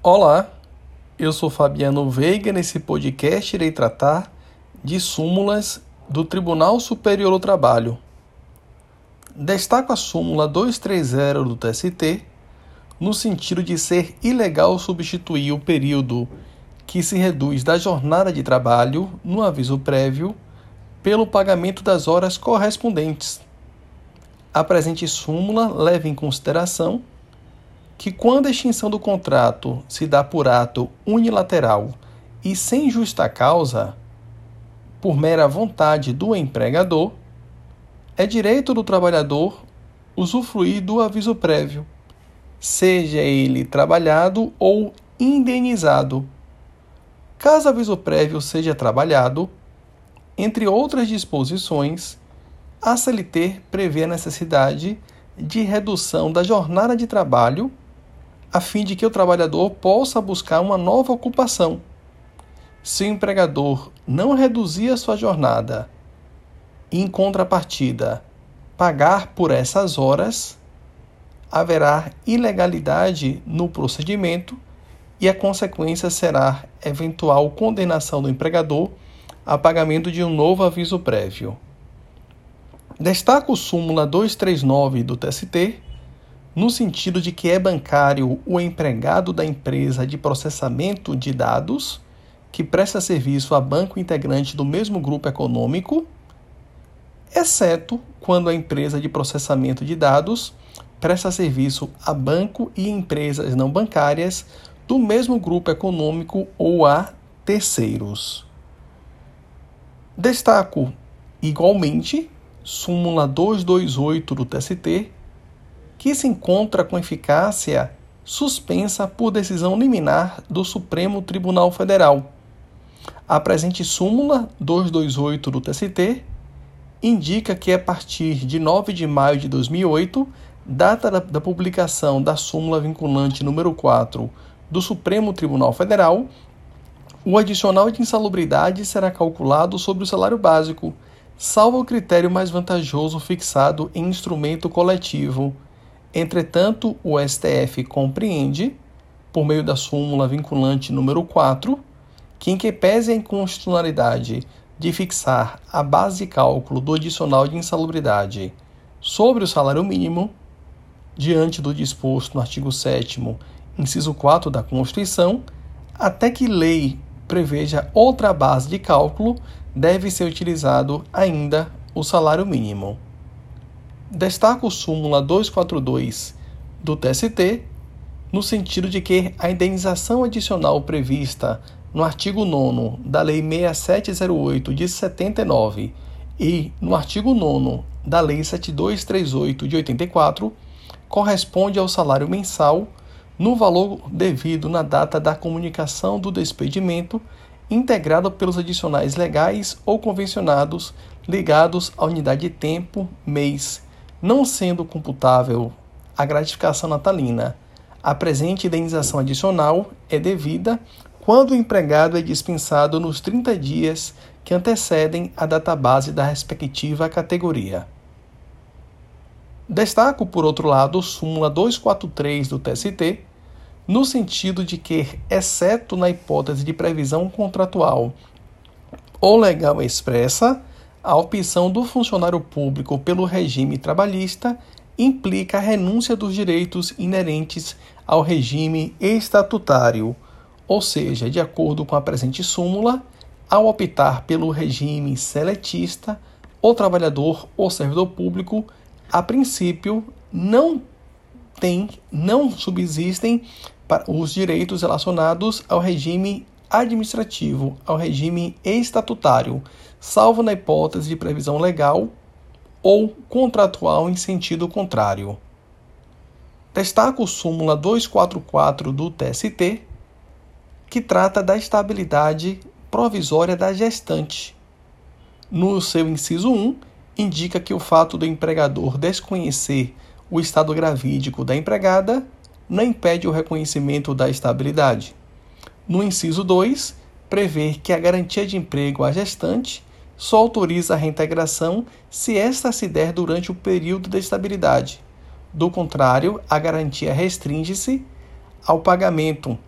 Olá, eu sou Fabiano Veiga. Nesse podcast irei tratar de súmulas do Tribunal Superior do Trabalho. Destaco a súmula 230 do TST, no sentido de ser ilegal substituir o período que se reduz da jornada de trabalho no aviso prévio pelo pagamento das horas correspondentes. A presente súmula leva em consideração que quando a extinção do contrato se dá por ato unilateral e sem justa causa, por mera vontade do empregador, é direito do trabalhador usufruir do aviso prévio, seja ele trabalhado ou indenizado. Caso o aviso prévio seja trabalhado, entre outras disposições, a CLT prevê a necessidade de redução da jornada de trabalho a fim de que o trabalhador possa buscar uma nova ocupação. Se o empregador não reduzir a sua jornada e, em contrapartida, pagar por essas horas, haverá ilegalidade no procedimento e a consequência será eventual condenação do empregador a pagamento de um novo aviso prévio. Destaco súmula 239 do TST, no sentido de que é bancário o empregado da empresa de processamento de dados que presta serviço a banco integrante do mesmo grupo econômico, exceto quando a empresa de processamento de dados presta serviço a banco e empresas não bancárias do mesmo grupo econômico ou a terceiros. Destaco, igualmente, súmula 228 do TST, que se encontra com eficácia suspensa por decisão liminar do Supremo Tribunal Federal. A presente súmula 228 do TST indica que a partir de 9 de maio de 2008, data da publicação da súmula vinculante número 4 do Supremo Tribunal Federal, o adicional de insalubridade será calculado sobre o salário básico, salvo o critério mais vantajoso fixado em instrumento coletivo. Entretanto, o STF compreende, por meio da súmula vinculante número 4, que em que pese a inconstitucionalidade de fixar a base de cálculo do adicional de insalubridade sobre o salário mínimo, diante do disposto no artigo 7º, inciso 4 da Constituição, até que lei preveja outra base de cálculo, deve ser utilizado ainda o salário mínimo. Destaco súmula 242 do TST, no sentido de que a indenização adicional prevista no artigo 9º da Lei 6708 de 79 e no artigo 9º da Lei 7238 de 84 corresponde ao salário mensal no valor devido na data da comunicação do despedimento, integrado pelos adicionais legais ou convencionados ligados à unidade de tempo, mês, não sendo computável a gratificação natalina. A presente indenização adicional é devida quando o empregado é dispensado nos 30 dias que antecedem a database da respectiva categoria. Destaco, por outro lado, súmula 243 do TST, no sentido de que, exceto na hipótese de previsão contratual ou legal expressa, a opção do funcionário público pelo regime trabalhista implica a renúncia dos direitos inerentes ao regime estatutário, ou seja, de acordo com a presente súmula, ao optar pelo regime seletista, o trabalhador ou servidor público, a princípio, não subsistem os direitos relacionados ao regime administrativo, ao regime estatutário, salvo na hipótese de previsão legal ou contratual em sentido contrário. Destaco súmula 244 do TST, que trata da estabilidade provisória da gestante. No seu inciso 1, indica que o fato do empregador desconhecer o estado gravídico da empregada não impede o reconhecimento da estabilidade. No inciso 2, prevê que a garantia de emprego à gestante só autoriza a reintegração se esta se der durante o período de estabilidade. Do contrário, a garantia restringe-se ao pagamento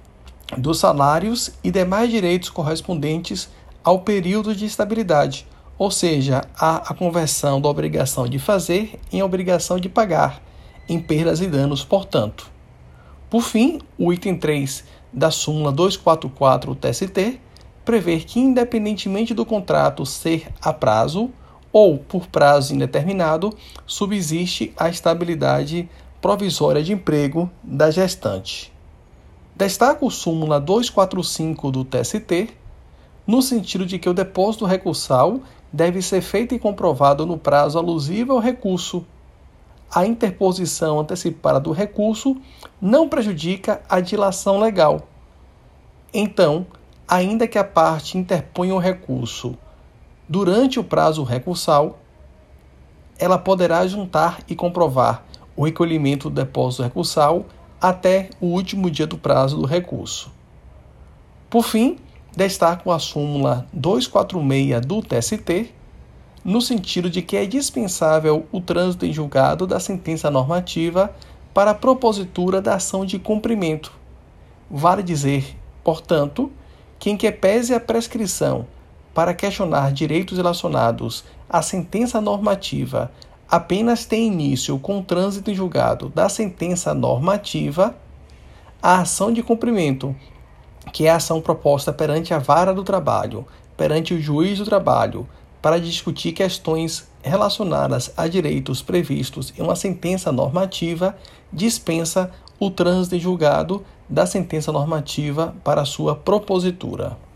dos salários e demais direitos correspondentes ao período de estabilidade, ou seja, a conversão da obrigação de fazer em obrigação de pagar, em perdas e danos, portanto. Por fim, o item 3 da súmula 244 TST prevê que, independentemente do contrato ser a prazo ou por prazo indeterminado, subsiste a estabilidade provisória de emprego da gestante. Destaco a súmula 245 do TST, no sentido de que o depósito recursal deve ser feito e comprovado no prazo alusivo ao recurso. A interposição antecipada do recurso não prejudica a dilação legal. Então, ainda que a parte interponha o recurso durante o prazo recursal, ela poderá juntar e comprovar o recolhimento do depósito recursal até o último dia do prazo do recurso. Por fim, destaco a súmula 246 do TST, no sentido de que é dispensável o trânsito em julgado da sentença normativa para a propositura da ação de cumprimento. Vale dizer, portanto, que em que pese a prescrição para questionar direitos relacionados à sentença normativa apenas tem início com o trânsito em julgado da sentença normativa, a ação de cumprimento, que é a ação proposta perante a vara do trabalho, perante o juiz do trabalho, para discutir questões relacionadas a direitos previstos em uma sentença normativa, dispensa o trânsito em julgado da sentença normativa para sua propositura.